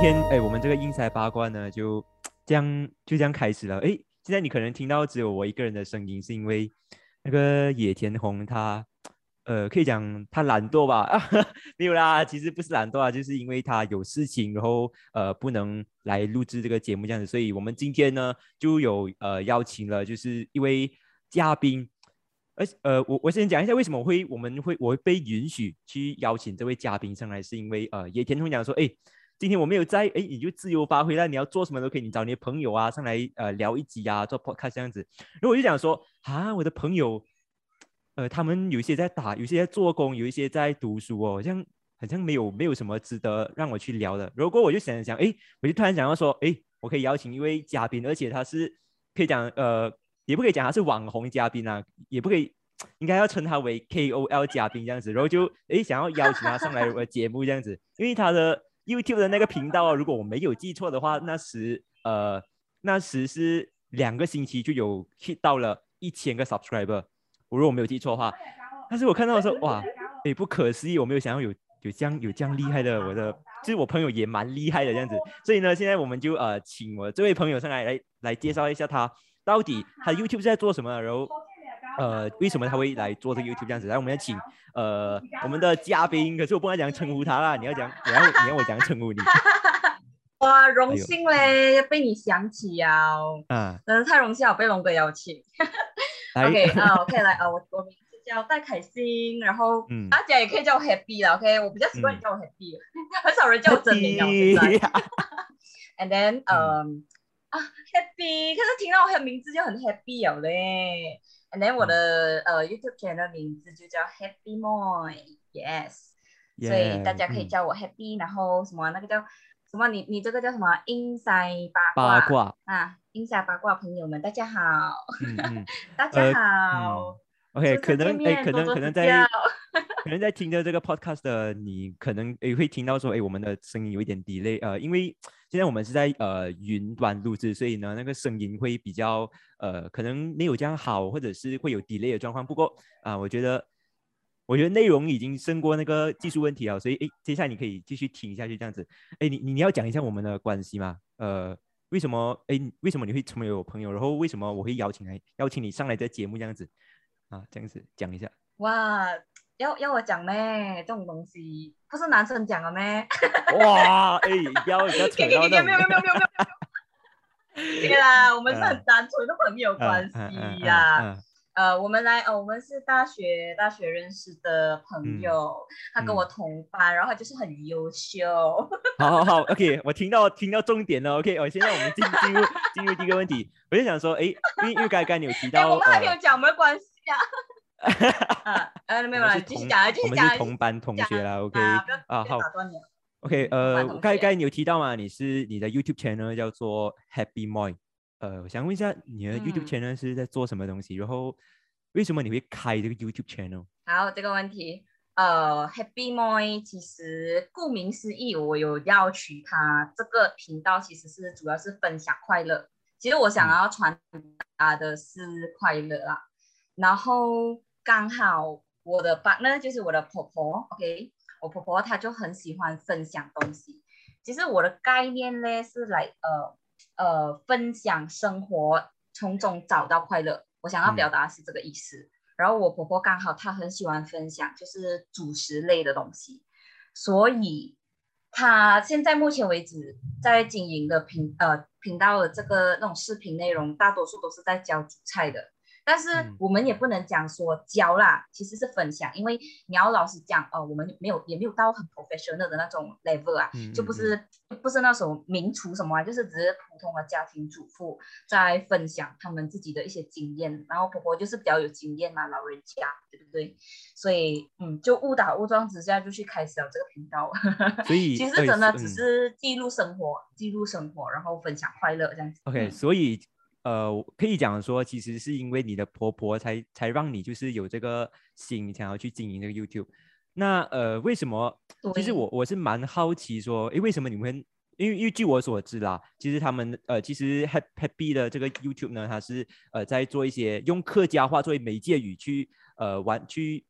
天我们这个硬塞八卦呢，就这样开始了。现在你可能听到只有我一个人的声音，是因为那个野田红他可以讲他懒惰吧？没有啦，其实不是懒惰啊，就是因为他有事情，然后不能来录制这个节目这样子，所以我们今天呢就有邀请了就是一位嘉宾。我先讲一下为什么我会被允许去邀请这位嘉宾上来，是因为野田红讲说，今天我没有在，你就自由发挥了，你要做什么都可以，你找你的朋友啊上来聊一集啊，做 podcast 这样子。然后我就讲说我的朋友，他们有一些在打，有一些在做工，有一些在读书哦，好像没有什么值得让我去聊的。如果我就想，我就突然想到说，我可以邀请一位嘉宾，而且他是可以讲也不可以讲他是网红嘉宾啊，也不可以，应该要称他为 KOL 嘉宾这样子。然后就想要邀请他上来我的节目这样子，因为他的 YouTube 的那个频道啊，如果我没有记错的话，那时是2个星期就有 hit 到了1000个 subscriber，如果我没有记错的话。但是我看到的时候，哇，不可思议，我没有想到有这样厉害的，就是我朋友也蛮厉害的这样子。所以呢，现在我们就请我这位朋友上来介绍一下他到底他 YouTube 是在做什么，然后为什么他会来做这个 YouTube 这样子。然后我们要请我们的嘉宾，可是我不能讲称呼他啦，你要我讲称呼你。 哇，荣幸嘞，被你想起真的太荣幸了，被龙哥邀请。OK 来我名字叫戴凯欣，然后大家也可以叫我 Happy 啦 ，OK， 我比较习惯你叫我 Happy，很少人叫我真名了现在。And then Happy， 可是听到我的名字就很 Happy 了嘞。And then 我的YouTube channel 名字就叫 Happy Moi，Yes， 所以大家可以叫我 Happy，然后什么那个叫什么你这个叫什么硬塞八卦啊，硬塞八卦朋友们大家好。大家好。 OK， 可能在听着这个 podcast 的你，可能会听到说，我们的声音有一点 delay，因为现在我们是在云端录制，所以呢，那个声音会比较可能没有这样好，或者是会有 delay 的状况。不过我觉得内容已经胜过那个技术问题了，所以接下来你可以继续听下去这样子。你要讲一下我们的关系吗？为什么你会成为我朋友？然后为什么我会邀请你上来这节目这样子？这样子讲一下。 哇，要我讲咩？这种东西不是男生讲的咩？ 哇，不要扯到那种。 没有。对啦，我们是很单纯的朋友关系呀。我们是大学认识的朋友，他跟我同班，然后他就是很优秀。 好 ，OK， 我听到重点了 ，OK， 现在我们进入第一个问题，我就想说，因为刚才你有提到， 我们还没有讲我们的关系没有啦，继续讲。 我们是同班同学啦 ，OK， 好 ，OK， 刚才你有提到嘛，你的 YouTube channel 叫做 Happy Moi， 我想问一下你的 YouTube channel 是在做什么东西，然后为什么你会开这个 YouTube channel？ 好，这个问题，Happy Moi 其实顾名思义，我有要取它这个频道，其实是主要是分享快乐。其实我想要传达的是快乐啦。然后刚好我的 partner 就是我的婆婆 ，OK， 我婆婆她就很喜欢分享东西。其实我的概念呢是来分享生活，从中找到快乐。我想要表达是这个意思。然后我婆婆刚好她很喜欢分享就是主食类的东西，所以她现在目前为止在经营的频道的这个那种视频内容，大多数都是在教煮菜的。但是我们也不能讲说教啦，其实是分享，因为你要老实讲，我们也没有到很 professional 的那种 level 啊，就不是那种名厨什么就是只是普通的家庭主妇在分享他们自己的一些经验，然后婆婆就是比较有经验嘛，老人家，对不对？所以就误打误撞之下就去开始了这个频道，所以其实真的只是记录生活，然后分享快乐这样子。 OK，所以可以讲说，其实是因为你的婆婆才让你就是有这个心想要去经营这个 YouTube。那为什么？其实我是蛮好奇说，为什么你们因为据我所知啦，其实他们其实 Happy 的这个 YouTube 呢，它是在做一些用客家话作为媒介语去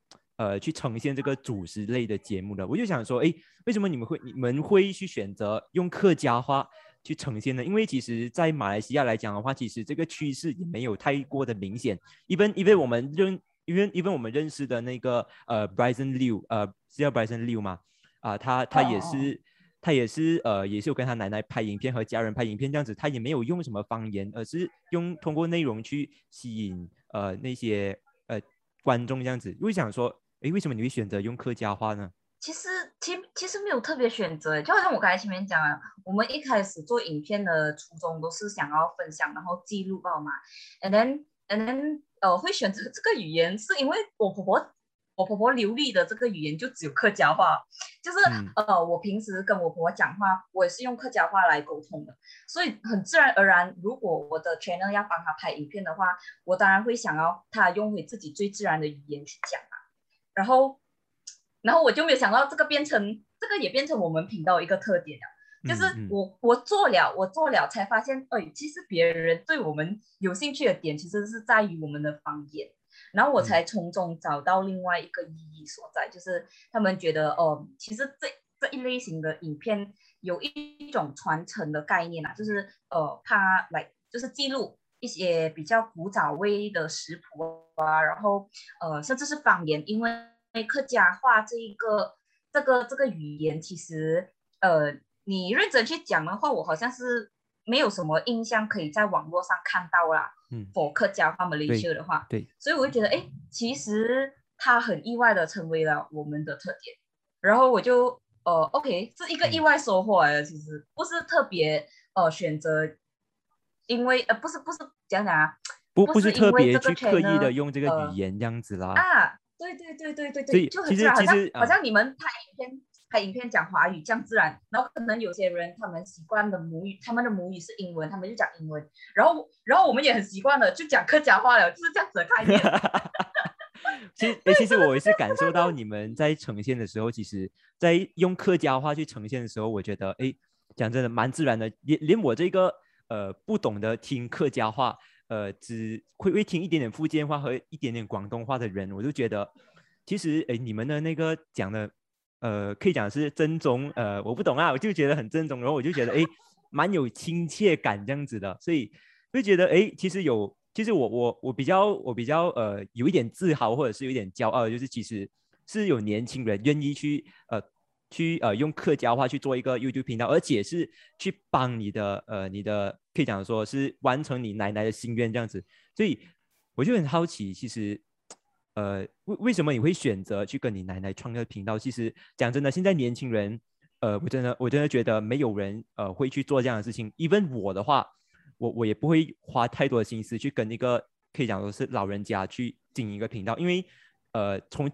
去呈现这个主食类的节目的。我就想说，哎，为什么你们会去选择用客家话去呈现呢？因为其实，在马来西亚来讲的话，其实这个趋势也没有太过的明显。因为我们认识的那个Bryson Liu，是叫 Bryson Liu 吗？他哦他也哦哦， 是也是有跟他奶奶拍影片和家人拍影片这样子，他也没有用什么方言，而是通过内容去吸引那些观众这样子。我想说，诶，为什么你会选择用客家话呢？ 其实没有特别选择，就好像我刚才前面讲了，我们一开始做影片的初衷都是想要分享，然后记录到嘛，and then会选择这个语言，是因为我婆婆流利的这个语言就只有客家话，就是嗯我平时跟我婆婆讲话，我也是用客家话来沟通的，所以很自然而然，如果我的 channel 要帮她拍影片的话，我当然会想要她用回自己最自然的语言去讲嘛。然后，然后我就没有想到这个也变成我们频道一个特点了，就是嗯嗯我做了才发现，哎，其实别人对我们有兴趣的点其实是在于我们的方言，然后我嗯才从中找到另外一个意义所在，就是他们觉得，其实这一类型的影片有一种传承的概念啊，就是它来就是记录一些比较古早味的食谱啊，然后甚至是方言，因为客家话这个语言，其实你认真去讲的话，我好像是没有什么印象可以在网络上看到啦。 嗯， for 客家话对 Malaysia 的话， 对。 所以我就觉得，哎，其实它很意外的成为了我们的特点。然后我就OK，是一个意嗯， 外收获来的，其实不是特别选择，因为不是讲讲啊，不不是是因为这个特别去刻意的 channel 用这个语言这样子啦。 对对对对对对， 所以其就很自然，好像实其实你们拍影片讲华语这样自然，然后可能有些人他们习惯的母语，他们的母语是英文，他们就讲英文，然后我们也很习惯了就讲客家话了，就是这样子的概念。 其实我也是感受到你们在呈现的时候，其实在用客家话去呈现的时候，我觉得哎，讲真的蛮自然的，连我这个不懂得听客家话，只会听一点点福建话和一点点广东话的人，我就觉得其实哎你们的那个讲的可以讲是正宗，我不懂啊，我就觉得很正宗，然后我就觉得哎蛮有亲切感这样子的，所以就觉得哎其实我比较有一点自豪或者是有一点骄傲的，就是其实是有年轻人愿意去用客家话去做一个 YouTube 频道，而且是去帮你的可以讲说是完成你奶奶的心愿这样子，所以我就很好奇，其实为什么你会选择去跟你奶奶创个频道？其实讲真的，现在年轻人我真的觉得没有人会去做这样的事情。even 我的话，我也不会花太多的心思去跟一个可以讲说是老人家去经营一个频道，因为从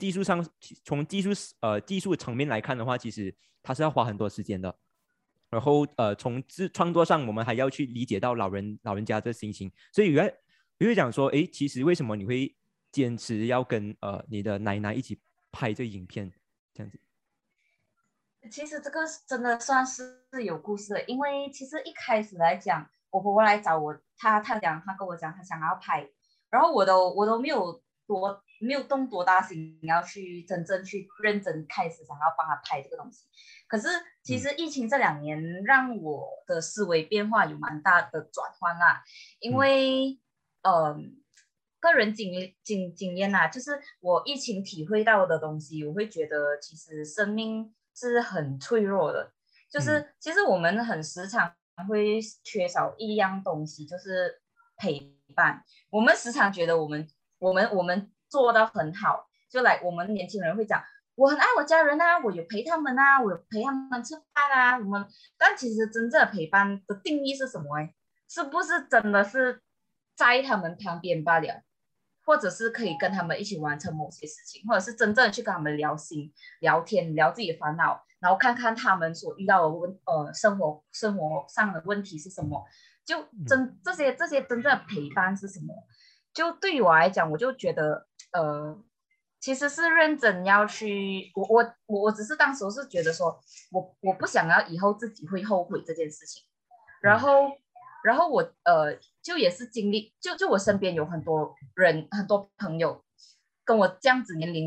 技术层面来看的话，其实它是要花很多时间的。然后从创作上，我们还要去理解到老人家的心情，所以你会讲说，哎，其实为什么你会坚持要跟你的奶奶一起拍这影片这样子？ 其实这个真的算是有故事的，因为其实一开始来讲，我婆婆来找我，她跟我讲她想要拍，然后我都没有动多大心要去真正去认真开始想要帮她拍这个东西。可是其嗯实疫情这2年让我的思维变化有蛮大的转换啦，因嗯为个人经验啦，就是我疫情体会到的东西，我会觉得其实生命是很脆弱的，就嗯是其实我们很时常会缺少一样东西，就是陪伴。我们时常觉得我们做到很好，就来我们年轻人会讲。我很爱我家人啊，我有陪他们啊，我有陪他们吃饭啊，但其实真正的陪伴的定义是什么？哎，是不是真的是在他们旁边罢了？或者是可以跟他们一起完成某些事情，或者是真正的去跟他们聊心、聊天、聊自己的烦恼，然后看看他们所遇到的生活上的问题是什么，就嗯这些真正的陪伴是什么？就对于我来讲，我就觉得其实是认真要去，我只是当时是觉得说我不想要以后自己会后悔这件事情，然嗯后我就也是经历，就我身边有很多人很多朋友跟我这样子年龄的，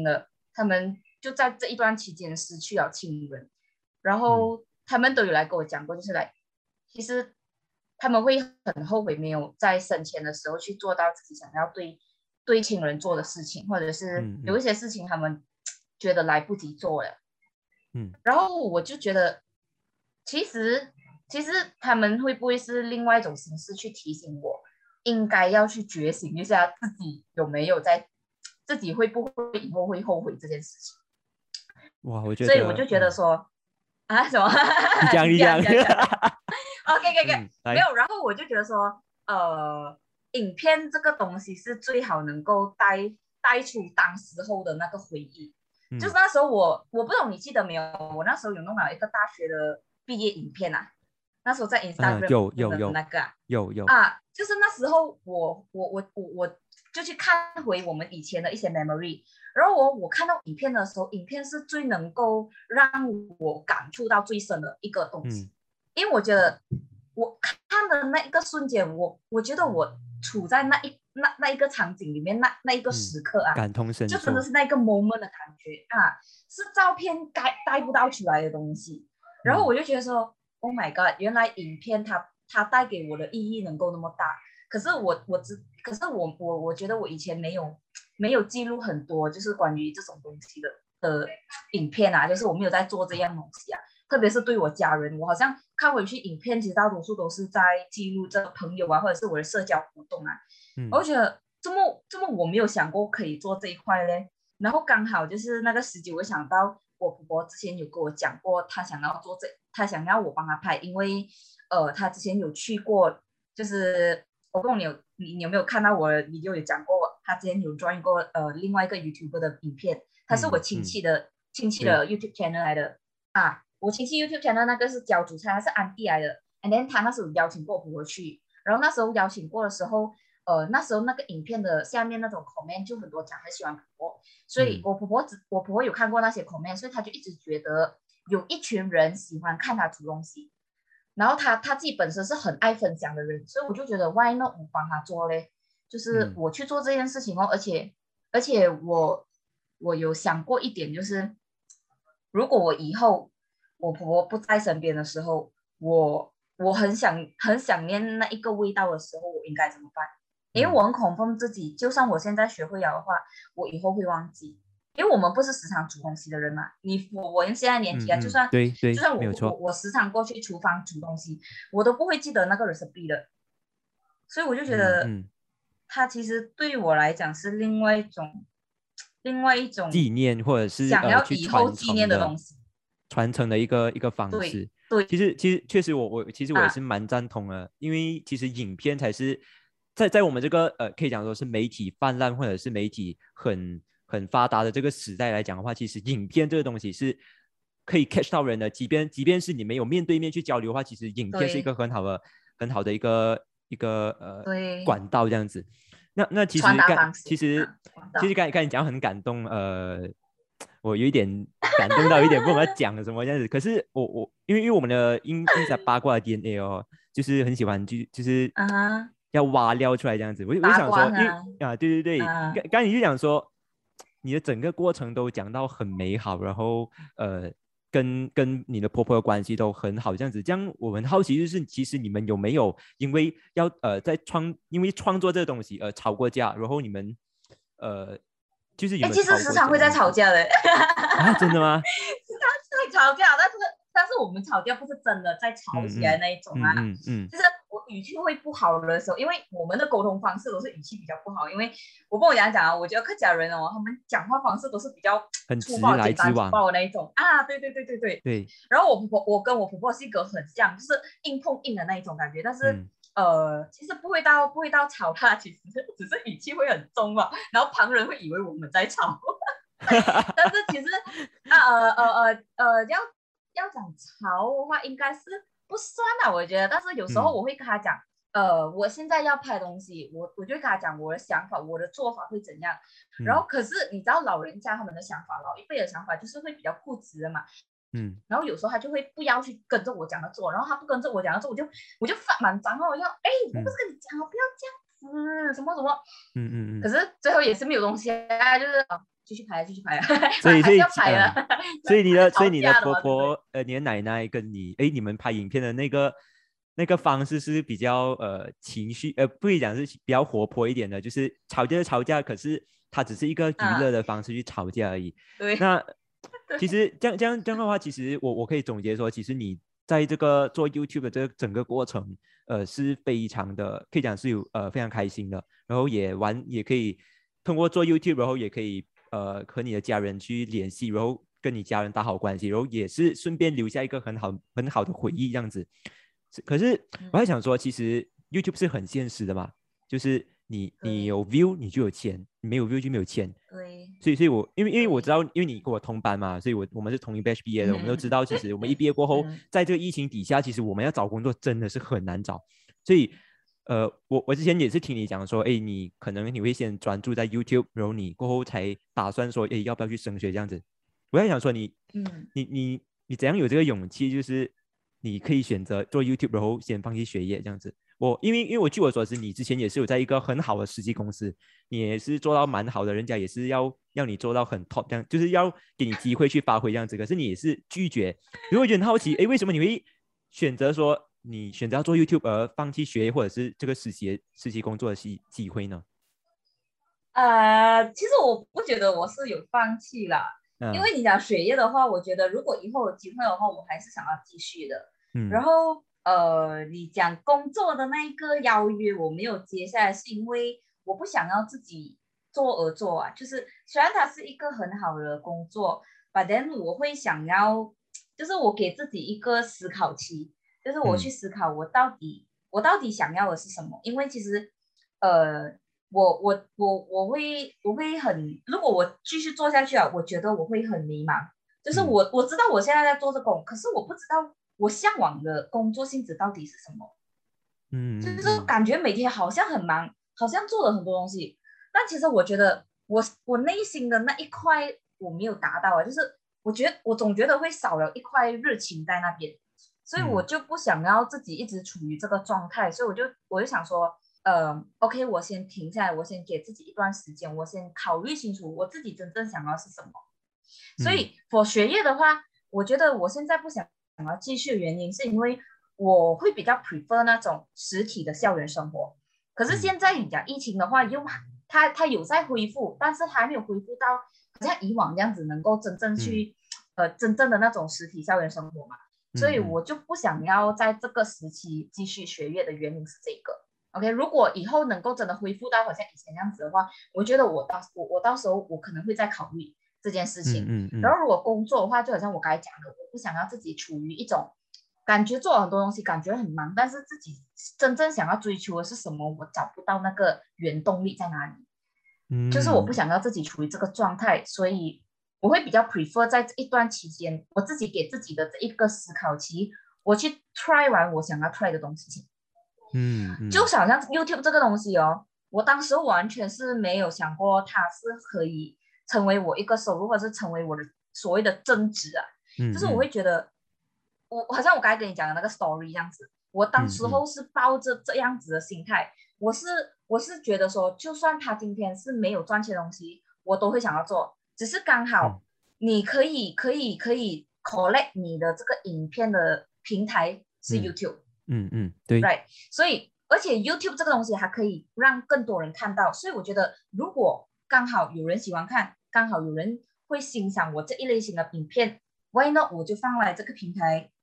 他们就在这一段期间失去了亲人，然后他们都有来跟我讲过，就是来，其实他们会很后悔没有在生前的时候去做到自己想要对亲人做的事情，或者是有一些事情他们觉得来不及做了。然后我就觉得，其实他们会不会是另外一种形式去提醒我，应该要去觉醒一下自己有没有在，自己会不会以后会后悔这件事情。 哇，我觉得， 所以我就觉得说，什么？ 你讲 OK，没有。然后我就觉得说，影片这个东西是最好能够带出当时候的那个回忆。就是那时候我不懂你记得没有？我那时候有弄了一个大学的毕业影片啊，那时候在 Instagram 有那个有就是那时候我就去看回我们以前的一些 memory， 然后我看到影片的时候，影片是最能够让我感触到最深的一个东西，因为我觉得我看的那一个瞬间，我觉得我处在那一个场景里面，那一个时刻啊， 感同身受， 就真的是那个 moment 的感觉啊，是照片带不到出来的东西。然后我就觉得说，Oh my god， 原来影片它带给我的意义能够那么大。可是我觉得我以前没有记录很多，就是关于这种东西的影片啊，就是我没有在做这样东西啊。特别是对我家人，我好像看回去影片，其实大多数都是在记录这朋友啊，或者是我的社交活动啊。我就觉得这么我没有想过可以做这一块嘞。然后刚好就是那个时机，我想到我婆婆之前有跟我讲过，她想要她想要我帮她拍，因为她之前有去过，就是我不懂你有没有看到我的video有讲过，她之前有 join 过另外一个 YouTuber 的影片，她是我亲戚的YouTube channel 来的啊。我亲戚 YouTube channel 那个是教主菜，他是安迪来的 ，and then 他那时候邀请过我婆婆去，然后那时候邀请过的时候，那时候那个影片的下面那种 comment 就很多讲很喜欢婆婆，所以我婆婆有看过那些 comment， 所以她就一直觉得有一群人喜欢看她煮东西，然后她自己本身是很爱分享的人，所以我就觉得 why not 我帮她做嘞，就是我去做这件事情哦，而且我有想过一点，就是如果我以后我婆婆不在身边的时候，我很想念那一个味道的时候，我应该怎么办？因为我很恐慌自己，就算我现在学会了的话，我以后会忘记。因为我们不是时常煮东西的人嘛，我现在年纪啊，就算我时常过去厨房煮东西，我都不会记得那个 recipe 的。所以我就觉得，它其实对我来讲是另外一种纪念，或者是想要以后纪念的东西。 传承的一个方式。 对， 其实确实我也是蛮赞同的，因为其实影片才是在我们这个可以讲说是媒体泛滥或者是媒体很发达的这个时代来讲的话，其实影片这个东西是可以 catch 到人的，即便是你没有面对面去交流的话，其实影片是一个很好的一个管道这样子。那其实刚才讲很感动，我有一点感动到一点不知道讲什么这样子。可是我因为我们的印在八卦的 DNA 哦，就是很喜欢就是要挖料出来这样子。我就想说，因为对，刚你就讲说你的整个过程都讲到很美好，然后跟你的婆婆的关系都很好，这样子。这样我很好奇，就是其实你们有没有因为要因为创作这个东西吵过架，然后你们就是有没有其实时常会在吵架的啊？真的吗？ 时常会吵架，但是我们吵架不是真的在吵起来那一种啊，就是我语气会不好的时候，因为我们的沟通方式都是语气比较不好，因为我跟我讲啊，我觉得客家人哦，他们讲话方式都是比较粗暴、简单粗暴的那一种啊，对。然后我跟我婆婆性格很像，就是硬碰硬的那一种感觉，但是。其实不会到吵架，其实只是语气会很重嘛，然后旁人会以为我们在吵，但是其实要讲吵的话，应该是不算啦，我觉得。但是有时候我会跟他讲，我现在要拍东西，我就会跟他讲我的想法，我的做法会怎样。然后可是你知道老人家他们的想法，老一辈的想法就是会比较固执的嘛。然后有时候他就会不要去跟着我讲的做，然后他不跟着我讲的做，我就发满脏哦，我不是跟你讲哦，不要这样子，什么什么，可是最后也是没有东西啊， 继续拍，继续拍， 所以还是要拍了。 所以你的吵架的嘛，对不婆婆对？ 你的奶奶跟你们拍影片的那个方式是比较情绪不可以讲是比较活泼一点的，就是吵架就吵架，可是它只是一个娱乐的方式去吵架而已。 对那其对， 实这样的话，其实我可以总结说，其实你在这个做 YouTube 的这个整个过程，是非常的可以讲是非常开心的，然后也可以通过做 YouTube，然后也可以和你的家人去联系，然后跟你家人打好关系，然后也是顺便留下一个很好的回忆这样子。可是我还嗯， 想说，其实 YouTube 是很现实的嘛，就是你对有 view 你就有钱，你没有 view 就没有钱。 对所以因为我知对， 道，因为你跟我同班嘛，所以我们是同一 batch 毕业的，我们都知嗯道，其实我们一毕业过后， 嗯在这个疫情底下，其实我们要找工作真的是很难找。所以我之前也是听你讲说，哎，你可能你会先专注在 YouTube，然后你过后才打算说，哎，要不要去升学这样子。我在想说嗯。 你怎样有这个勇气，就是你可以选择做 YouTube，然后先放弃学业这样子。因为我据我所知，你之前也是有在一个很好的实习公司，你也是做到蛮好的，人家也是要你做到很 top 这样，就是要给你机会去发挥这样子。可是你也是拒绝，因为我觉得很好奇，哎，为什么你会选择说你选择要做 YouTube 而放弃学业或者是这个实习工作的机会呢？ 其实我不觉得我是有放弃啦，因嗯为你讲学业的话，我觉得如果以后有机会的话，我还是想要继续的。然嗯后你讲工作的那一个邀约我没有接下来，是因为我不想要自己做而做啊。就是虽然它是一个很好的工作，but then 我会想要，就是我给自己一个思考期，就是我去嗯思考我到底想要的是什么，因为其实呃。我会很，如果我继续做下去啊，我觉得我会很迷茫。就是嗯我知道我现在在做这工，可是我不知道我向往的工作性质到底是什么。就是嗯嗯感觉每天好像很忙，好像做了很多东西，但其实我觉得我内心的那一块我没有达到啊，就是我总觉得会少了一块热情在那边，所以我嗯就不想要自己一直处于这个状态，所以我就想说，OK，我先停下来，我先给自己一段时间，我先考虑清楚我自己真正想要是什么。所嗯以我学业的话，我觉得我现在不想要继续的原因，是因为我会比较 prefer 那种实体的校园生活。可是嗯现在你讲疫情的话，它有在恢复，但是还没有恢复到好像以往这样子，能够真正嗯去真正的那种实体校园生活嘛。所以嗯我就不想要在这个时期继续学业的原因是这个。OK，如果以后能够真的恢复到好像以前那样子的话，我觉得我到时候我可能会再考虑这件事嗯情。 嗯嗯然后如果工作的话，就好像我刚才讲的，我不想要自己处于一种感觉做了很多东西，感觉很忙，但是自己真正想要追求的是什么，我找不到那个原动力在哪里。就是我不嗯想要自己处于这个状态，所以我会比较 prefer 在这一段期间，我自己给自己的这一个思考期，我去 try 完我想要 try 的东西。就嗯好像 YouTube 这个东西哦，我当时完全是没有想过它是可以成为我一个收入，或者是成为我的所谓的增值啊。就是我嗯嗯会觉得，好像我刚才跟你讲的那个 story 这样子，我当嗯嗯时候是抱着这样子的心态，我是觉得说，就算他今天是没有赚钱的东西，我都会想要做，只是刚嗯好你可以 collect 你的这个影片的平台是嗯 YouTube。 对， Right，所以而且 YouTube 这个东西还可以让更多人看到，所以我觉得如果刚好有人喜欢看，刚好有人会欣赏我这一类型的影片，Why not 我就放来这个平台，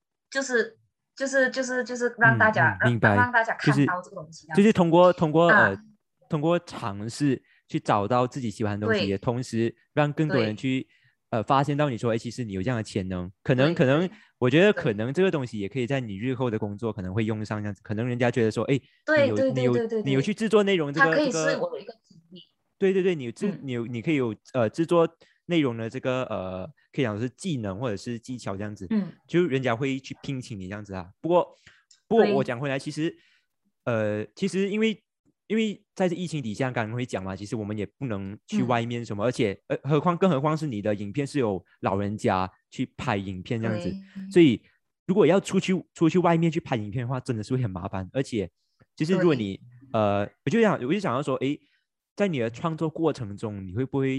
就是让大家明白， 让大家就是看到这个东西这就是样子啊， 通过尝试去找到自己喜欢的东西，也对同时让更多人对去发现到你说，哎，其实你有这样的潜能，可能， 对对我觉得可对能这个东西也可以在你日后的工作可能会用上这样子，可能人家觉得说，哎，你对对对有你有对对对， 你有去制作内容，这它可以是个这个， 我的一个经历， 对对对， 嗯， 你可以有制作内容的这个可以讲是技能或者是技巧这样子， 嗯， 就人家会去聘请你这样子啊。不过我对， 讲回来，其实因为在这疫情底下，刚刚会讲嘛，其实我们也不能去嗯， 外面什么，而且更何况是你的影片是有老人家去拍影片这样子， 对所以如果要出去外面去拍影片的话，真的是会很麻烦，而且就是如果对， 你我就想要说，诶，在你的创作过程中，你会不会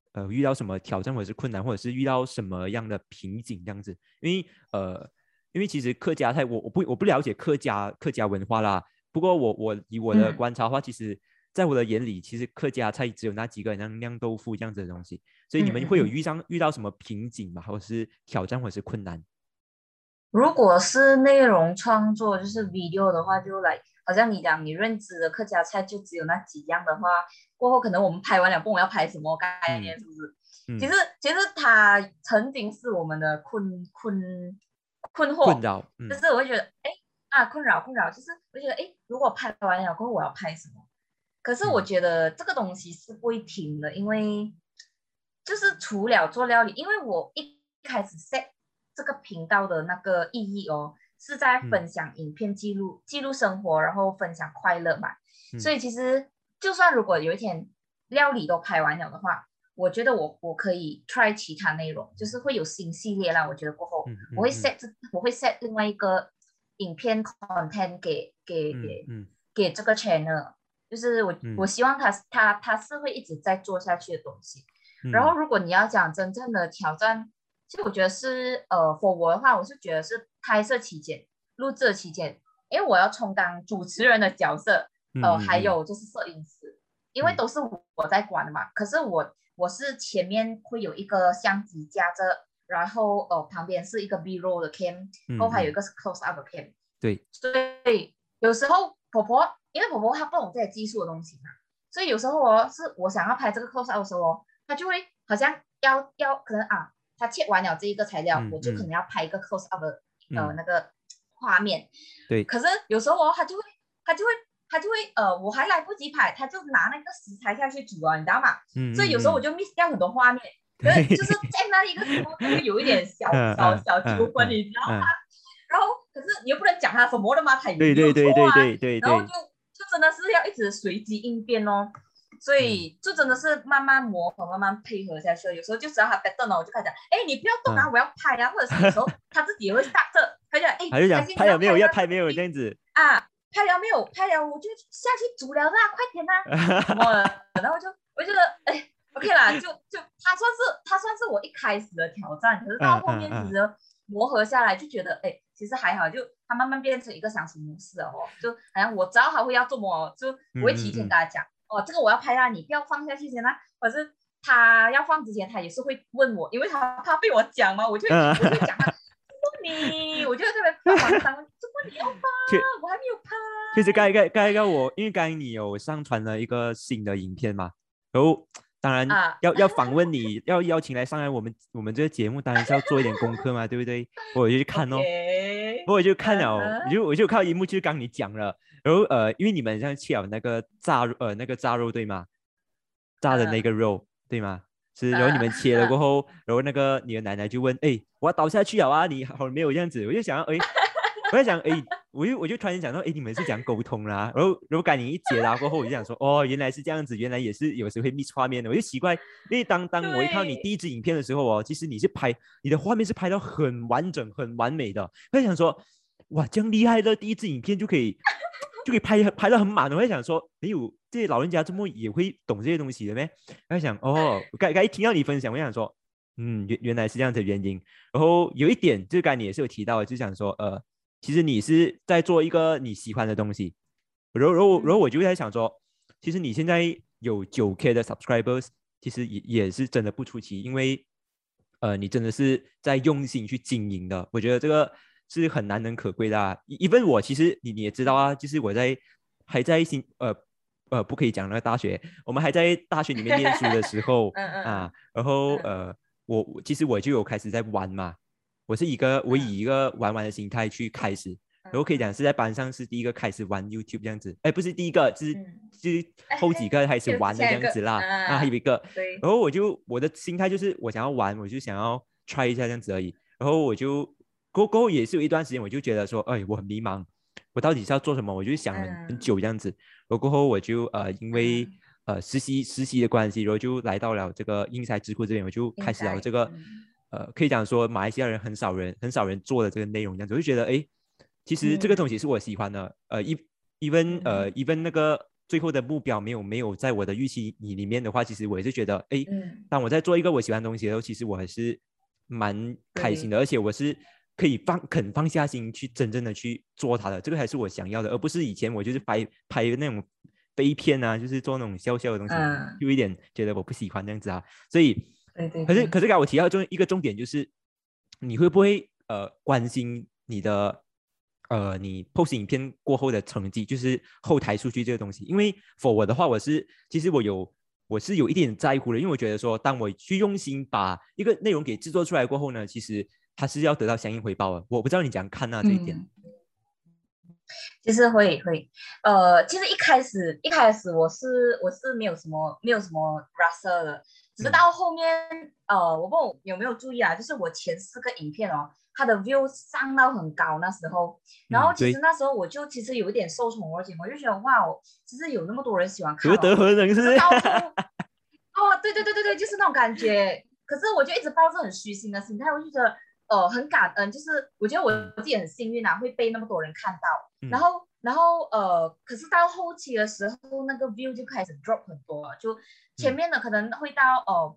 遇到什么挑战或者是困难，或者是遇到什么样的瓶颈这样子。因为其实客家菜我不了解客家文化啦，不过我以我的观察的话，其实在我的眼里，其实客家菜只有那几个像酿豆腐这样子的东西。所以你们会有遇到什么瓶颈吗？或者是挑战，或者是困难？ 如果是内容创作，就是 video 的话，就来，好像你讲你认知的客家菜就只有那几样的话，过后可能我们拍完了，不懂要拍什么概念，是不是？其实它曾经是我们的困惑， 困扰， 就是我会觉得，困扰，就是我觉得，如果拍完了过后我要拍什么？可是我觉得这个东西是不会停的，因为就是除了做料理，因为我一开始 set 这个频道的那个意义是在分享影片记录生活，然后分享快乐嘛。所以其实就算如果有一天料理都拍完了的话，我觉得我可以 try 其他内容，就是会有新系列啦。我觉得过后我会 set 另外一个影片 content 给这个 channel， 就是我希望它是会一直在做下去的东西。然后如果你要讲真正的挑战，其实我觉得是for 我的话，我是觉得是拍摄期间、录制期间，因为我要充当主持人的角色，还有就是摄影师，因为都是我在管的嘛。可是我是前面会有一个相机架着，然后旁边是一个 B-roll 的 cam， 然后还有一个是 close up 的 cam。 对， 所以有时候婆婆她不懂这些技术的东西嘛，所以有时候是我想要拍这个 close up 的时候她就会好像要可能他切完了这一个材料，我就可能要拍一个 close up 的那个画面。 对。 可是有时候他就会我还来不及拍，他就拿那个食材下去煮了，你知道吗？所以有时候我就 miss 掉很多画面。可是就是在那一个时候，就有一点小纠纷，你知道吗？然后可是你又不能讲他什么的嘛，他也没有错啊。然后就真的是要一直随机应变哦。所以就真的是慢慢磨合，慢慢配合下去。有时候就只要他 better 了，我就开始讲，你不要动啊，我要拍啊。或者是有时候他自己也会 start， 他就讲拍了没有，要拍没有这样子啊，拍了没有，拍了我就下去煮了啦，快点啦，什么的。然后我觉得OK 啦，就他算是我一开始的挑战，可是到后面其实磨合下来就觉得其实还好，就他慢慢变成一个相处模式哦，就好像我知道他会要做什么，就我会提前跟他讲。这个我要拍啦，你不要放下去先啦。可是他要放之前，他也是会问我，因为他怕被我讲嘛，我就讲他，你，我就在那边帮忙当，怎么你要发？我还没有拍。 其实刚刚因为刚刚你有上传了一个新的影片嘛，然后当然要访问你，要邀请来上来我们这个节目，当然是要做一点功课嘛，对不对？我就去看我就看了，我就看到一幕，就是刚你讲了。然后因为你们像切了那个炸肉对吗？炸的那个肉对吗？是，然后你们切了过后，然后那个你的奶奶就问，我要倒下去了啊，你好没有这样子？我就想，我在想，我就突然想到，你们是讲沟通啦。然后赶你一解答过后，我就想说，原来是这样子，原来也是有时会 miss 画面的。我就奇怪，因为当我一看到你第一支影片的时候其实你的画面是拍到很完整、很完美的。我在想说，哇，这样厉害的第一支影片就可以拍到很满。我在想说，这些老人家怎么也会懂这些东西的咩？我在想，刚一听到你分享，我想说，原来是这样的原因。然后有一点，就是刚才你也是有提到的，就想说，其实你是在做一个你喜欢的东西。然后我就在想说，其实你现在有 9K 的 subscribers， 其实也是真的不出奇，因为你真的是在用心去经营的。我觉得这个是很难能可贵的啊。even 我其实你也知道啊，就是我还在不可以讲那个大学，我们还在大学里面念书的时候然后其实我就有开始在玩嘛。我以一个玩的心态去开始，然后可以讲是在班上是第一个开始玩 YouTube 这样子。不是第一个，就是后几个开始玩的这样子啦。还有一个，然后我的心态就是我想要玩，我就想要 try 一下这样子而已。然后我就过后也是有一段时间，我就觉得说，我很迷茫，我到底是要做什么？我就想很久这样子。然后过后我就因为实习的关系，然后就来到了这个英才智库这边，我就开始了这个可以讲说马来西亚人很少人做的这个内容这样子。我就觉得其实这个东西是我喜欢的。even 那个最后的目标没有在我的预期里面的话，其实我也是觉得，哎， 嗯， 当我在做一个我喜欢的东西的时候，其实我还是蛮开心对， 的，而且我是可以肯放下心去真正的去做它的，这个才是我想要的，而不是以前我就是拍那种飞片啊，就是做那种笑笑的东西， 嗯， 有一点觉得我不喜欢这样子啊，所以， 对对对， 可是可是刚才我提到一个重点就是，你会不会关心你的你 post 影片过后的成绩，就是后台数据这个东西？因为 for 我的话，其实我是有一点在乎的，因为我觉得说，当我去用心把一个内容给制作出来过后呢，其实它是要得到相应回报的。我不知道你怎样看啊这一点。 嗯。其实会，其实一开始我是没有什么 raster 的，只是嗯到后面我不知道有没有注意啊，就是我前4个影片哦，它的 view 上到很高那时候，然后其实对， 那时候我就其实有一点受宠若惊，我就觉得哇哦，其实有那么多人喜欢看哦， 何德何能可是是？ 到后对，就是那种感觉。可是我就一直抱着很虚心的心态，我就觉得，很感恩，就是我觉得我嗯自己很幸运啊，会被那么多人看到。然嗯后，可是到后期的时候，那个 view 就开始 drop 很多了，就前嗯面的可能会到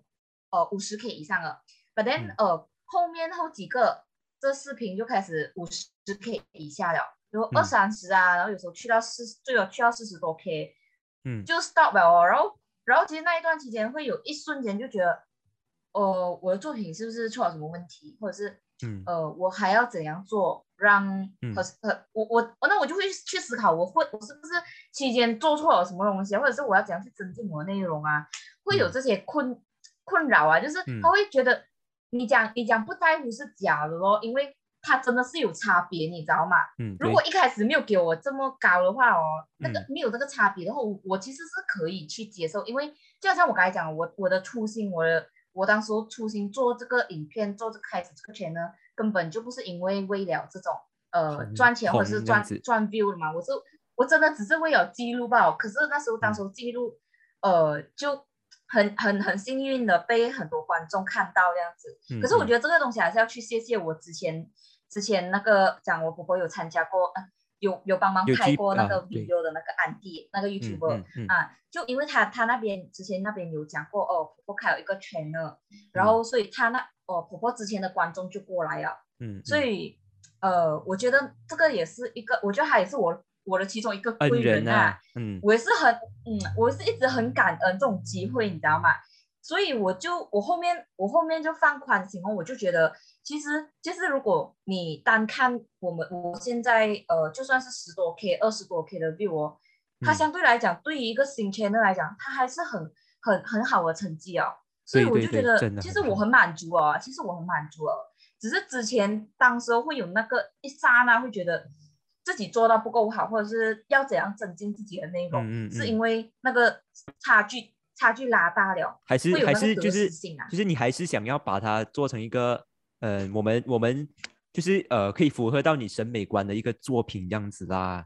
50K 以上了，but then 嗯后面后几个这视频就开始50K 以下了，有二嗯三十啊，然后有时候去到最有去到40多K， 嗯就 stop 了哦。然后其实那一段期间会有一瞬间就觉得，我的作品是不是出了什么问题，或者是嗯我还要怎样做让嗯那我就会去思考，我是不是期间做错了什么东西啊，或者是我要怎样去增进我的内容啊，会有嗯这些困扰啊，就是他嗯会觉得你讲不在乎是假的咯，因为它真的是有差别，你知道吗？ 嗯，对， 如果一开始没有给我这么高的话哦，那个嗯没有这个差别的话，我其实是可以去接受，因为就好像我刚才讲，我的初心，我当时初心做这个影片，做这开始这个圈呢，根本就不是为了这种红赚钱或者是红这样子。 赚 view 的嘛，我真的只是为了记录吧。可是那时候当嗯时记录就很幸运的被很多观众看到这样子。可是我嗯嗯觉得这个东西还是要去谢谢我之前那个讲我婆婆有参加过，有帮忙有拍剧啊， 过那个对， video 的那个安迪那个嗯 YouTuber 嗯嗯啊，就因为他那边之前那边有讲过哦，婆婆开有一个 channel，然嗯后所以婆婆之前的观众就过来了， 嗯嗯， 所以我觉得这个也是一个，我觉得他也是我的其中一个恩贵人啊， 人啊，嗯我是一直很感恩这种机会，你知道吗？所以我后面就放宽心哦，我就觉得其实如果你单看我现在就算是10多K 20多K 的 view 哦，它嗯， 相对来讲对于一个新 channel 来讲，它还是很好的成绩哦。所以我就觉对对对，真得的很好。 其实我很满足哦，其实我很满足哦，只是之前当时候会有那个一刹那会觉得自己做到不够好，或者是要怎样增进自己的内容，是因嗯嗯嗯， 为那个差距拉大了， 还是还会有那个得是就是失心啊。 就是你还是想要把它做成一个，我们就是可以符合到你审美观的一个作品这样子啦。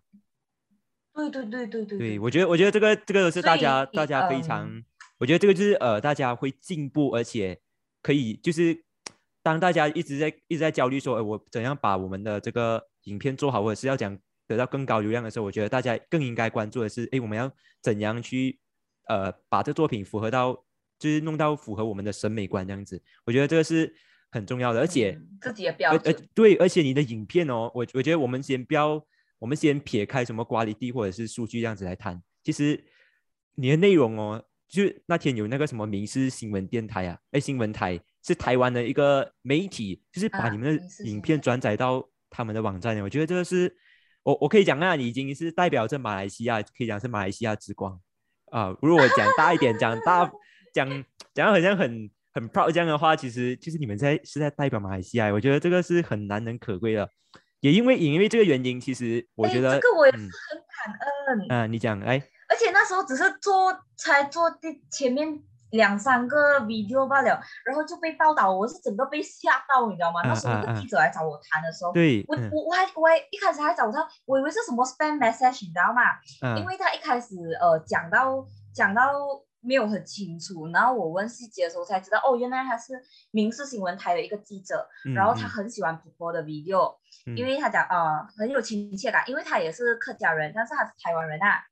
对， 对，我觉得这个是所以大家非常，我觉得这个就是大家会进步，而且可以就是当大家一直在焦虑说，我怎样把我们的这个影片做好，或者是要讲得到更高流量的时候，我觉得大家更应该关注的是，我们要怎样去把这作品符合到，就是弄到符合我们的审美观这样子，我觉得这个是很重要的，而且自己的标准， 对，而且你的影片哦，我觉得我们先不要，我们先撇开什么quality或者是数据这样子来谈，其实你的内容哦，就那天有那个什么民事新闻电台啊，新闻台是台湾的一个媒体，就是把你们的民事影新闻， 片转载到他们的网站，我觉得这个是我可以讲啊，你已经是代表着马来西亚，可以讲是马来西亚之光啊。如果我讲大一点，讲好像很 proud 这样的话，其实你们是在代表马来西亚，我觉得这个是很难能可贵的。也因为这个原因，其实我觉这得， 个我也是很感恩。 你讲，哎， 而且那时候只是才做前面2、3个 video 罢了，然后就被报道，我是整个被吓到，你知道吗？那时候那个记者来找我谈的时候， 对， 我还一开始还找他，我以为是什么 spam message，你知道吗？因为他一开始讲到没有很清楚，然后我问细节的时候才知道，哦，原来他是民事新闻台的一个记者，然后他嗯嗯很喜欢婆婆的 video，因嗯为他讲很有亲切感，因为他也是客家人，但是他是台湾人啊。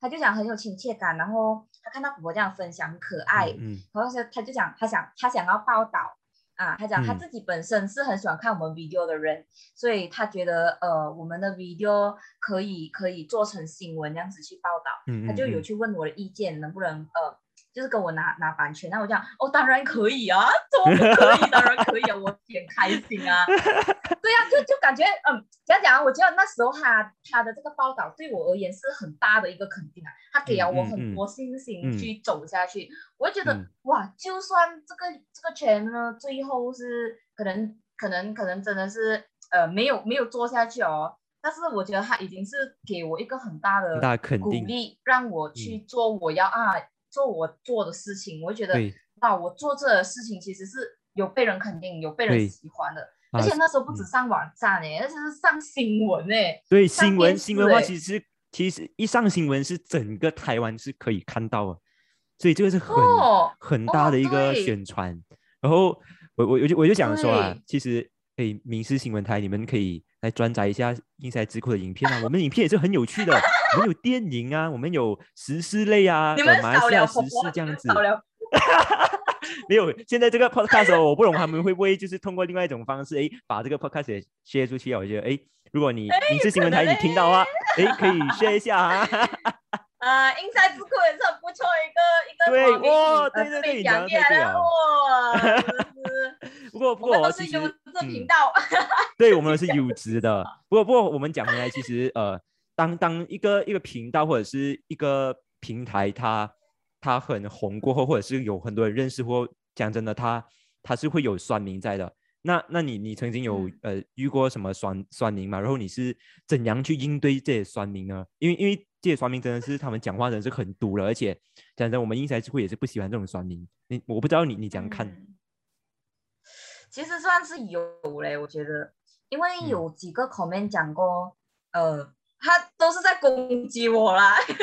他就讲很有亲切感，然后他看到婆婆这样分享很可爱，然后他就讲他想要报道啊，他讲他自己本身是很喜欢看我们 video 的人，所以他觉得我们的 video 可以做成新闻这样子去报道，他就有去问我的意见，能不能就是跟我拿版权，那我讲当然可以啊，怎么不可以？当然可以啊，我很开心啊。对啊，就感觉这样讲，我觉得那时候他的这个报道对我而言是很大的一个肯定啊，他给了我很多信心去走下去。我会觉得哇，就算这个圈呢，最后是可能真的是没有做下去哦。但是我觉得他已经是给我一个很大的鼓励，让我去做做我做的事情。我会觉得我做这个事情其实是有被人肯定，有被人喜欢的。而且那时候不止上网站而且是上新闻对，新闻的话，其实一上新闻是整个台湾是可以看到的，所以这个是很大的一个宣传。然后我就想说啊，其实民视新闻台你们可以来转载一下英才智库的影片啊，我们影片也是很有趣的，我们有电影啊，我们有时事类啊，马来西亚时事这样子。没有，现在这个 podcast 我不懂他们会不会就是通过另外一种方式，把这个 podcast 也 share 出去啊？我觉得，如果你是新闻台，你听到的话，可以 share 一下啊。 英才智库也是很不错一个对哇，对， 你讲太对了哇， 不过我们都是优质频道， 对，我们是优质的。不过我们讲回来，其实当一个频道或者是一个平台，它很红过后，或者是有很多人认识或讲真的，它是会有酸民在的。那你曾经有遇过什么酸民吗？然后你是怎样去应对这些酸民呢？因为这些酸民真的是他们讲话真的是很毒了，而且讲真，我们英才智库也是不喜欢这种酸民。我不知道你怎样看？ 其实算是有嘞，我觉得，因为有几个 comment 讲过，他都是在攻击我啦，因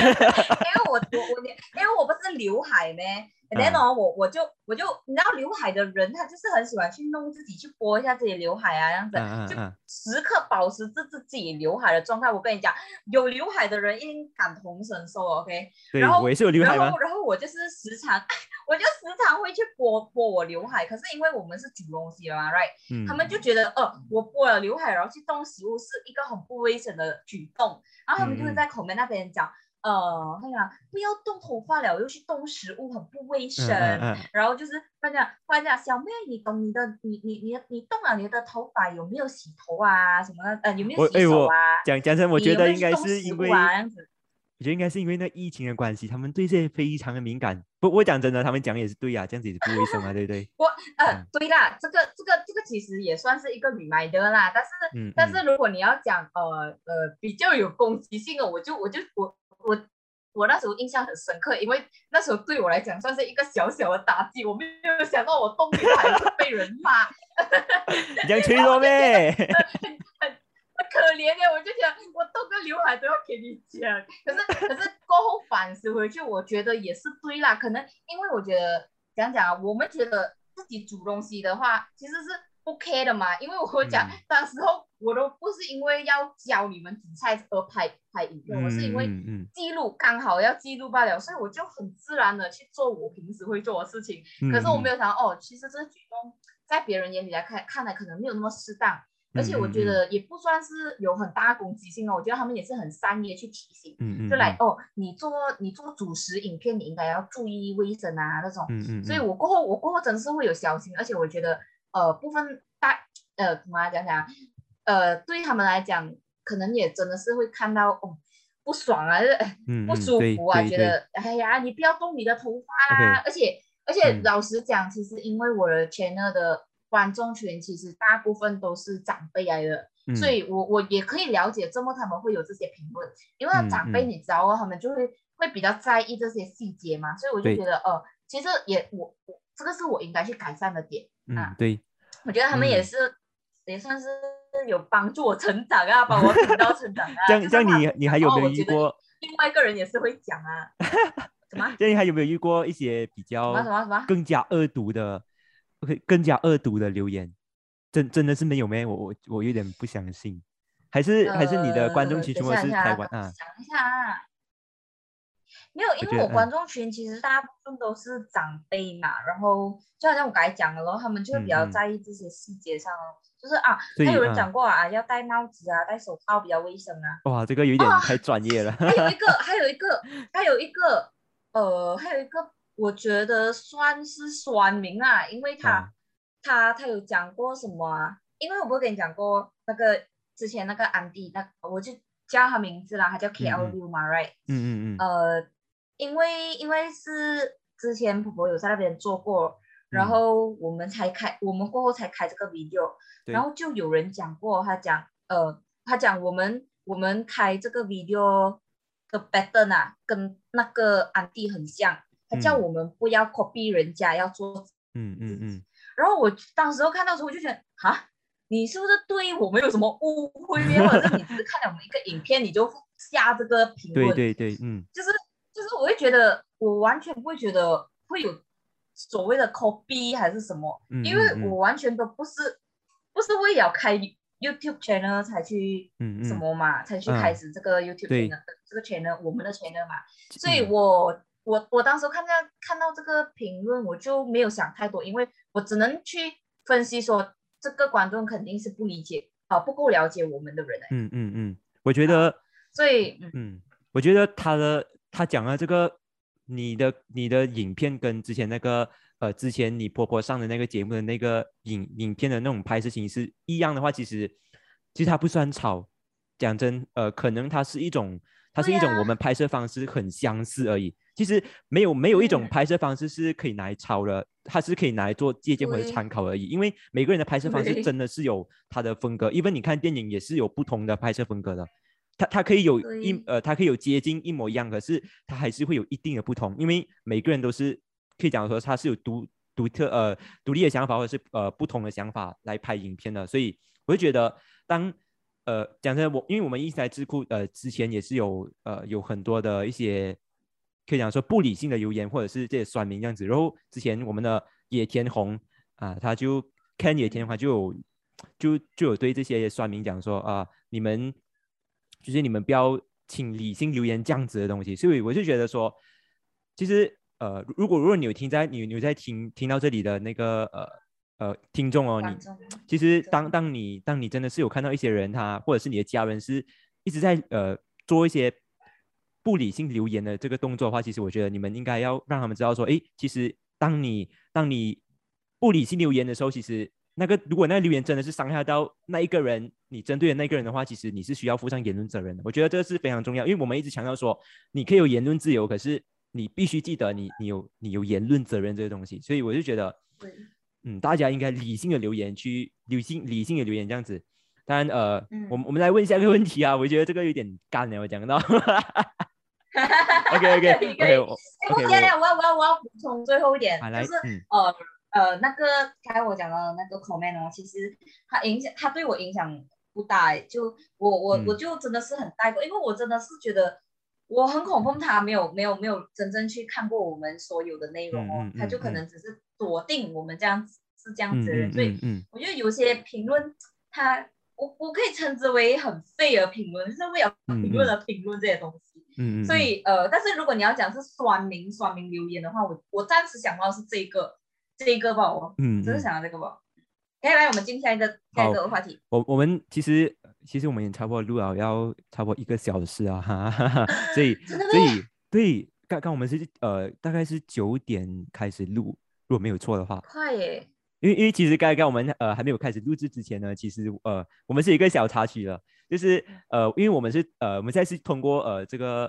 为我不是刘海咩，然后我就你知道刘海的人他就是很喜欢去弄自己去拨一下自己的刘海啊，这样子就时刻保持自己刘海的状态。我跟你讲，有刘海的人一定感同身受 ，OK？ 然后我也是有刘海吗？ 然后我就是时常会去拨我刘海，可是因为我们是煮东西的嘛 ，right？他们就觉得我拨了刘海然后去动食物是一个很不卫生的举动，然后他们就会在口面那边讲。他讲不要动头发了，又去动食物，很不卫生。然后就是他讲小妹，你动你动了你的头发有没有洗头啊？什么有没有洗手啊？ 讲真，我觉得应该是因为这样子。 我觉得应该是因为那疫情的关系，他们对这些非常的敏感。我讲真的，他们讲也是对啊，这样子也是不卫生啊，对不对？ 对啦，这个其实也算是一个 reminder 啦。但是如果你要讲比较有攻击性的，我那时候印象很深刻，因为那时候对我来讲算是一个小小的打击，我没有想到我动刘海会被人骂。 你这样脆弱咩？ 很可怜耶，我就想我动个刘海都要给你讲，可是过后反思回去，我觉得也是对啦。可能因为我觉得讲啊，我们觉得自己煮东西的话，其实是 OK 的嘛。因为我讲当时候我都不是因为要教你们煮菜而拍影片，我是因为记录刚好要记录罢了，所以我就很自然的去做我平时会做的事情。可是我没有想到其实这个举动在别人眼里来看来可能没有那么适当。而且我觉得也不算是有很大攻击性我觉得他们也是很善意的去提醒，就来你做主食影片，你应该要注意卫生啊那种，所以我过后真的是会有小心，而且我觉得部分怎么讲对他们来讲，可能也真的是会看到不爽啊，不舒服啊，觉得哎呀你不要动你的头发啦，而且老实讲，其实因为我的 channel 的观众群其实大部分都是长辈来的，所以我也可以了解这么他们会有这些评论，因为长辈你知道他们就会比较在意这些细节嘛，所以我就觉得其实我这个是我应该去改善的点啊。 对， 我觉得他们也算是有帮助我成长啊，帮我频道成长啊。 这样你还有没有遇过？ 另外一个人也是会讲啊。什么？ 这样你还有没有遇过一些比较更加恶毒的留言？真的是没有咩？我有点不相信，还是你的观众群全部是台湾啊？ 想一下啊， 没有，因为我观众群其实大部分都是长辈嘛，然后就好像我刚才讲的咯，他们就会比较在意这些细节上哦，就是啊，还有人讲过啊，要戴帽子啊，戴手套比较卫生啊。 哇，这个有点太专业了。 还有一个，我觉得算是酸民啦，因为他有讲过什么啊？因为我不是跟你讲过那个之前那个安迪，我就叫他名字啦，他叫 KL6 嘛，right？因为是之前婆婆有在那边做过，然后我们过后才开这个 video，然后就有人讲过，他讲我们开这个 video 的 pattern 啊，跟那个安迪很像，他叫我们不要 copy 人家，要做然后我当时候看到的时候，我就觉得哈，你是不是对我们有什么误会呢？或者是你只是看了我们一个影片，你就下这个评论？ 对， 就是我会觉得，我完全不会觉得会有所谓的 copy 还是什么，因为我完全都不是为了开 YouTube channel 才去什么嘛，才去开始这个 YouTube channel 这个 channel 我们的 channel 嘛，所以我当时看到这个评论，我就没有想太多，因为我只能去分析说这个观众肯定是不理解不够了解我们的人我觉得所以我觉得他讲的这个你的影片跟之前那个之前你婆婆上的那个节目的那个影片的那种拍摄形式一样的话，其实它不算吵，讲真可能它是一种我们拍摄方式很相似而已。其实没有一种拍摄方式是可以拿来抄的，它是可以拿来做借鉴或者参考而已。因为每个人的拍摄方式真的是有他的风格，even你看电影也是有不同的拍摄风格的。它可以有它可以有接近一模一样，可是它还是会有一定的不同，因为每个人都是可以讲说他是有独立的想法，或者是不同的想法来拍影片的。所以我会觉得讲真的，因为我们一直在智库之前也是有很多的一些可以讲说不理性的留言，或者是这些酸民这样子。然后之前我们的野田红他就看野田红就有对这些酸民讲说你们不要请理性留言这样子的东西。所以我就觉得说，其实如果你有听到这里的那个听众哦，你其实当你真的是有看到一些人或者是你的家人是一直在做一些不理性留言的这个动作的话，其实我觉得你们应该要让他们知道说，其实当你不理性留言的时候，其实如果那个留言真的是伤害到那一个人，你针对的那个人的话，其实你是需要负上言论责任的。我觉得这是非常重要，因为我们一直强调说，你可以有言论自由，可是你必须记得你有言论责任这个东西。所以我就觉得，大家应该理性的留言，理性的留言这样子。当然，我们来问下一个问题啊，我觉得这个有点干了，我讲到。OK， 我要补充最后一点，就是那个刚才我讲的那个 comment 哦，其实他对我影响不大，就我就真的是很带过，因为我真的是觉得我很恐慌，他没有真正去看过我们所有的内容哦，他就可能只是锁定我们这样子是这样子的人，所以我觉得有些评论我可以称之为很废的评论，就是为了评论而评论这些东西。所以但是如果你要讲是酸民留言的话，我暂时想到是这个吧，我只是想到这个吧。可以来，我们进下一个话题。 我们其实我们也差不多录了要差不多1个小时啊，所以对，刚我们是大概是9点开始录，如果没有错的话。 快耶！ 因为其实刚刚我们还没有开始录制之前呢，其实我们是一个小插曲了，就是因为我们现在是通过这个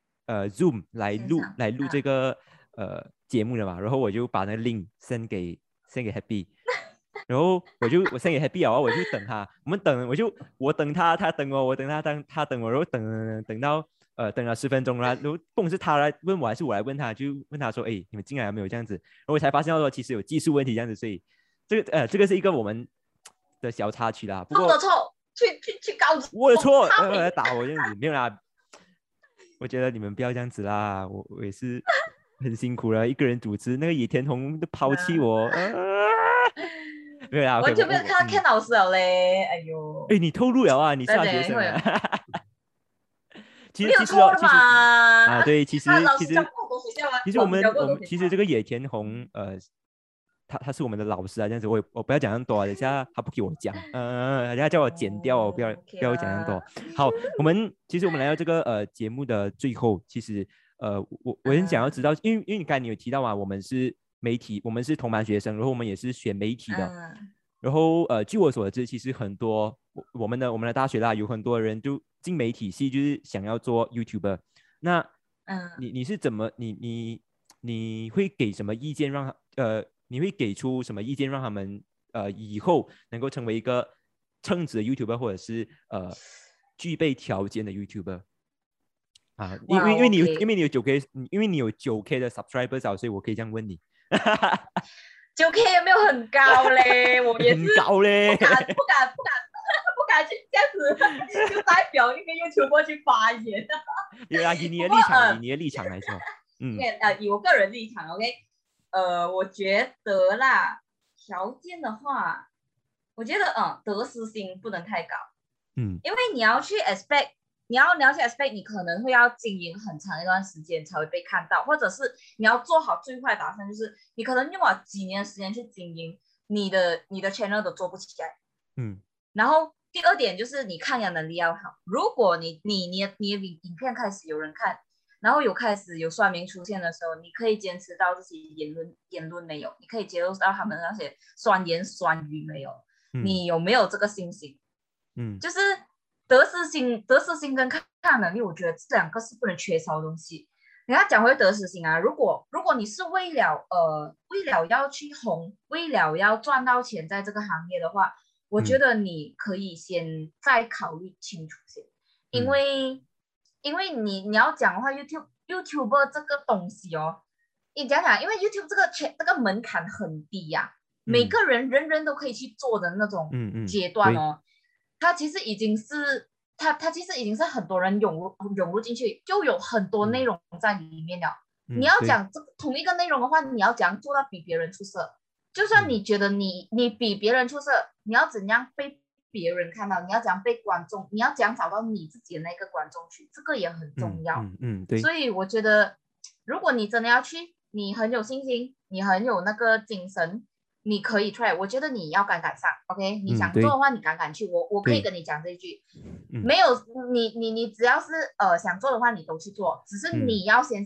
Zoom 来录这个节目的嘛，然后我就把那个 link send 给 Happy， 然后我 send 给 Happy 啊，我就等他，我等他，他等我，我等他，他等我，然后等到等了10分钟啦，然后不管是他来问我还是我来问他，就问他说，你们进来有没有这样子，然后我才发现到说其实有技术问题这样子，所以这个是一个我们的小插曲啦。不过我的错，去告诉我的错，打我这样子没有啦。我觉得你们不要这样子啦，我也是很辛苦了，一个人主持，那个野田红都抛弃我。没有啦， 我就没有看到 Ken 老师了嘞，哎呦， 你透露了啊，你是他学生啊。 其没有实其实哦， 错的其实嘛。 对，其那实其实老师教过我多学校吗？ 其实我老师教们我们过我多学校。 其实这个野田红他是我们的老师啊，这样子我不要讲那么多啊，等下他不给我讲，人家叫我剪掉哦， 哦，OK 不要讲那么多。 啦。 好，其实我们来到这个节目的最后，其实我很想要知嗯道，因为你刚才你有提到嘛，我们是媒体，我们是同班学生，然后我们也是学媒体的， 嗯然后据我所知，其实很多我们的大学啦，有很多人就进媒体系，就是想要做 YouTuber。那嗯。 你是怎么你会给什么意见让你会给出什么意见让他们以后能够成为一个称职的 YouTuber 或者是具备条件的 YouTuber 啊？因哇为因为你有因 ，OK。 为你有9K，因为你有9K 的 subscribers 啊，所以我可以这样问你。 9K 也没有很高嘞，我也是很高嘞。 不敢去这样子，就代表一个 YouTuber 去发言。 以啊，以你不过的立场，以你的立场来说， 以我个人立场，OK，我觉得啦，条件的话，我觉得得失心不能太高，因为你要去 expect，你要去 expect，你可能会要经营很长一段时间才会被看到，或者是你要做好最坏打算，就是你可能用了几年时间去经营，你的 channel 都做不起来。然后第二点就是你抗压能力要好，如果你的影片开始有人看，然后开始有酸民出现的时候，你可以坚持到这些言论没有，你可以接受到他们那些酸言酸语没有，你有没有这个信心？就是得失心跟抗压能力，我觉得这两个是不能缺少的东西。你要讲回得失心啊，如果你是为了要去红，为了要赚到钱在这个行业的话，我觉得你可以先再考虑清楚先，因为你要讲的话，YouTube 这个东西哦，你讲讲，因为 YouTube 这个门槛很低呀，每个人人都可以去做的那种阶段哦，它其实已经是很多人涌入进去，就有很多内容在里面了。你要讲这同一个内容的话，你要怎样做到比别人出色？就算你觉得你比别人出色，你要怎样被别人看到？你要怎样被观众？你要怎样找到你自己的那个观众群？这个也很重要。 对。 所以我觉得，如果你真的要去，你很有信心，你很有那个精神，你可以 try。我觉得你要敢上 ，OK？你想做的话，你敢去。我可以跟你讲这一句，没有你只要是想做的话，你都去做。只是你要先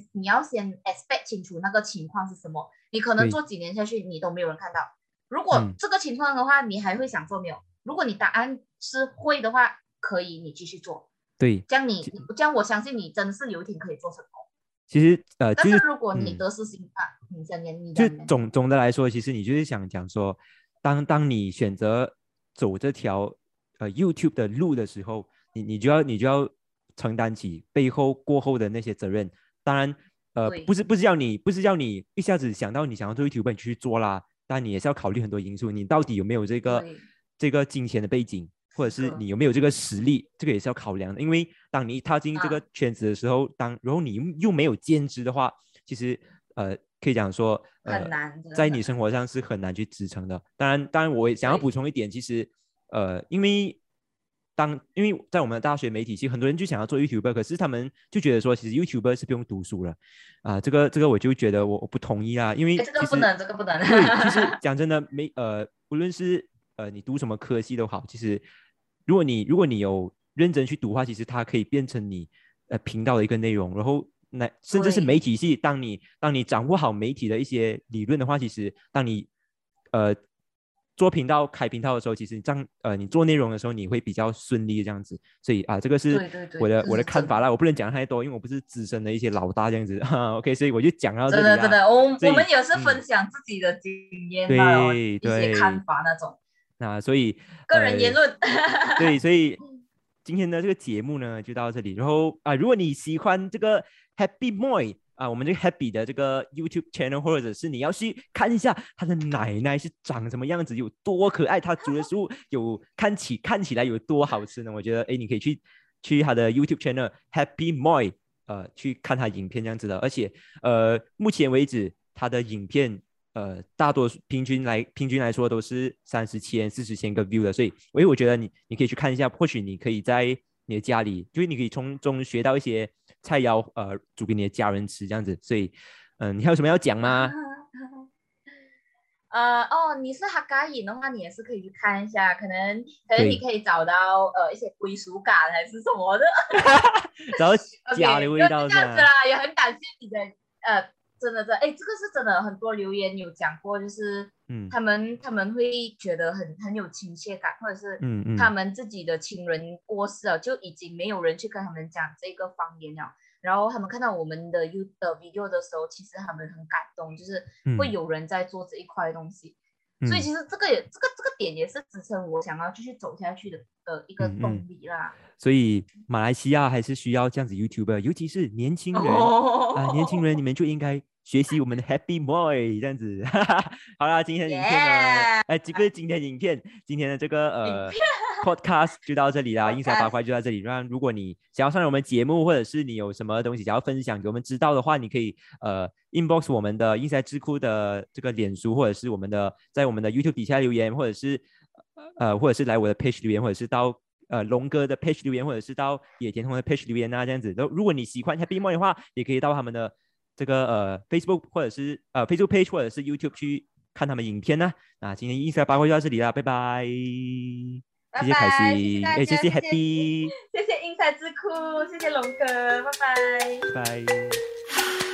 expect 清楚那个情况是什么。你可能做几年下去，你都没有人看到。如果这个情况的话，你还会想做没有？如果你答案是会的话，可以你继续做。 对， 这样我相信你真的是有一天可以做成功。 其实但是如果你得失心你就总的来说，其实你就是想讲说，当你选择走这条YouTube 的路的时候，你就要承担起背后过后的那些责任。当然，不是叫你一下子想到你想要做 YouTuber 你去做啦，但你也是要考虑很多因素，你到底有没有这个金钱的背景，或者是你有没有这个实力，这个也是要考量的。因为当你一踏进这个圈子的时候，然后你又没有兼职的话，其实可以讲说很难， 在你生活上是很难去支撑的。当然我想要补充一点，其实因为在我们的大学媒体系，很多人就想要做 YouTuber， 可是他们就觉得说，其实 YouTuber 是不用读书了这个我就觉得我不同意啦，因为这个不能对，其实讲真的，无论是你读什么科系都好，其实如果你有认真去读的话，其实它可以变成你频道的一个内容，然后甚至是媒体系，当你掌握好媒体的一些理论的话，其实当你做频道开频道的时候，其实你做内容的时候，你会比较顺利这样子。所以这个是我的看法啦，我不能讲太多，因为我不是资深的一些老大这样子。OK， 所以我就讲到这里啦。 真的，我们也是分享自己的经验吧，一些看法那种。 所以个人言论。 对，所以今天的这个节目呢就到这里。然后如果你喜欢这个 Happy Moi我们这个 Happy 的这个 YouTube channel， 或者是你要去看一下他的奶奶是长什么样子，有多可爱，他煮的食物看起来有多好吃呢？我觉得你可以去他的 YouTube channel Happy Moi 去看他影片这样子的。而且目前为止他的影片大多平均来说都是30千40千个 view 的，所以我觉得你可以去看一下，或许你可以在你的家里，就是你可以从中学到一些菜肴，煮给你的家人吃这样子。所以，你还有什么要讲吗？ 你是哈嘎影的话，你也是可以去看一下，可能你对， 可以找到一些归属感还是什么的。 然后家 OK， 的味就道是吧？ 这样子啦，也很感谢你的真的哎，这个是真的，很多留言有讲过，就是嗯他们会觉得很有亲切感，或者是嗯嗯他们自己的亲人过世了，就已经没有人去跟他们讲这个方言了。然后他们看到我们的 video 的时候，其实他们很感动，就是会嗯有人在做这一块东西。所以嗯其实这个点也是支撑我想要继续走下去的一个动力啦。 所以马来西亚还是需要这样子 YouTuber，尤其是年轻人年轻人哦， 你们就应该学习我们的 Happy Boy 这样子。好啦，今天的影片呢， 耶！ 不是今天的影片，今天的这个影片 podcast 就到这里啦，印象八 podcast 卦就到这里。那如果你想要上我们节目，或者是你有什么东西想要分享给我们知道的话，你可以inbox 我们的印象智库的这个脸书，或者是在我们的 YouTube 底下留言，或者是来我的 page 留言，或者是到龙哥的 page 留言，或者是到野田红的 page 留言这样子。如果你喜欢 Happy Boy 的话，也可以到他们的这个Facebook 或者是Facebook page 或者是 YouTube 去看他们影片呢。那今天印象八卦就到这里啦，拜拜。谢谢凯拜拜，谢谢西， 大家， 谢谢谢谢 Happy， 谢谢英才智库，谢谢龙哥，拜拜。 拜拜。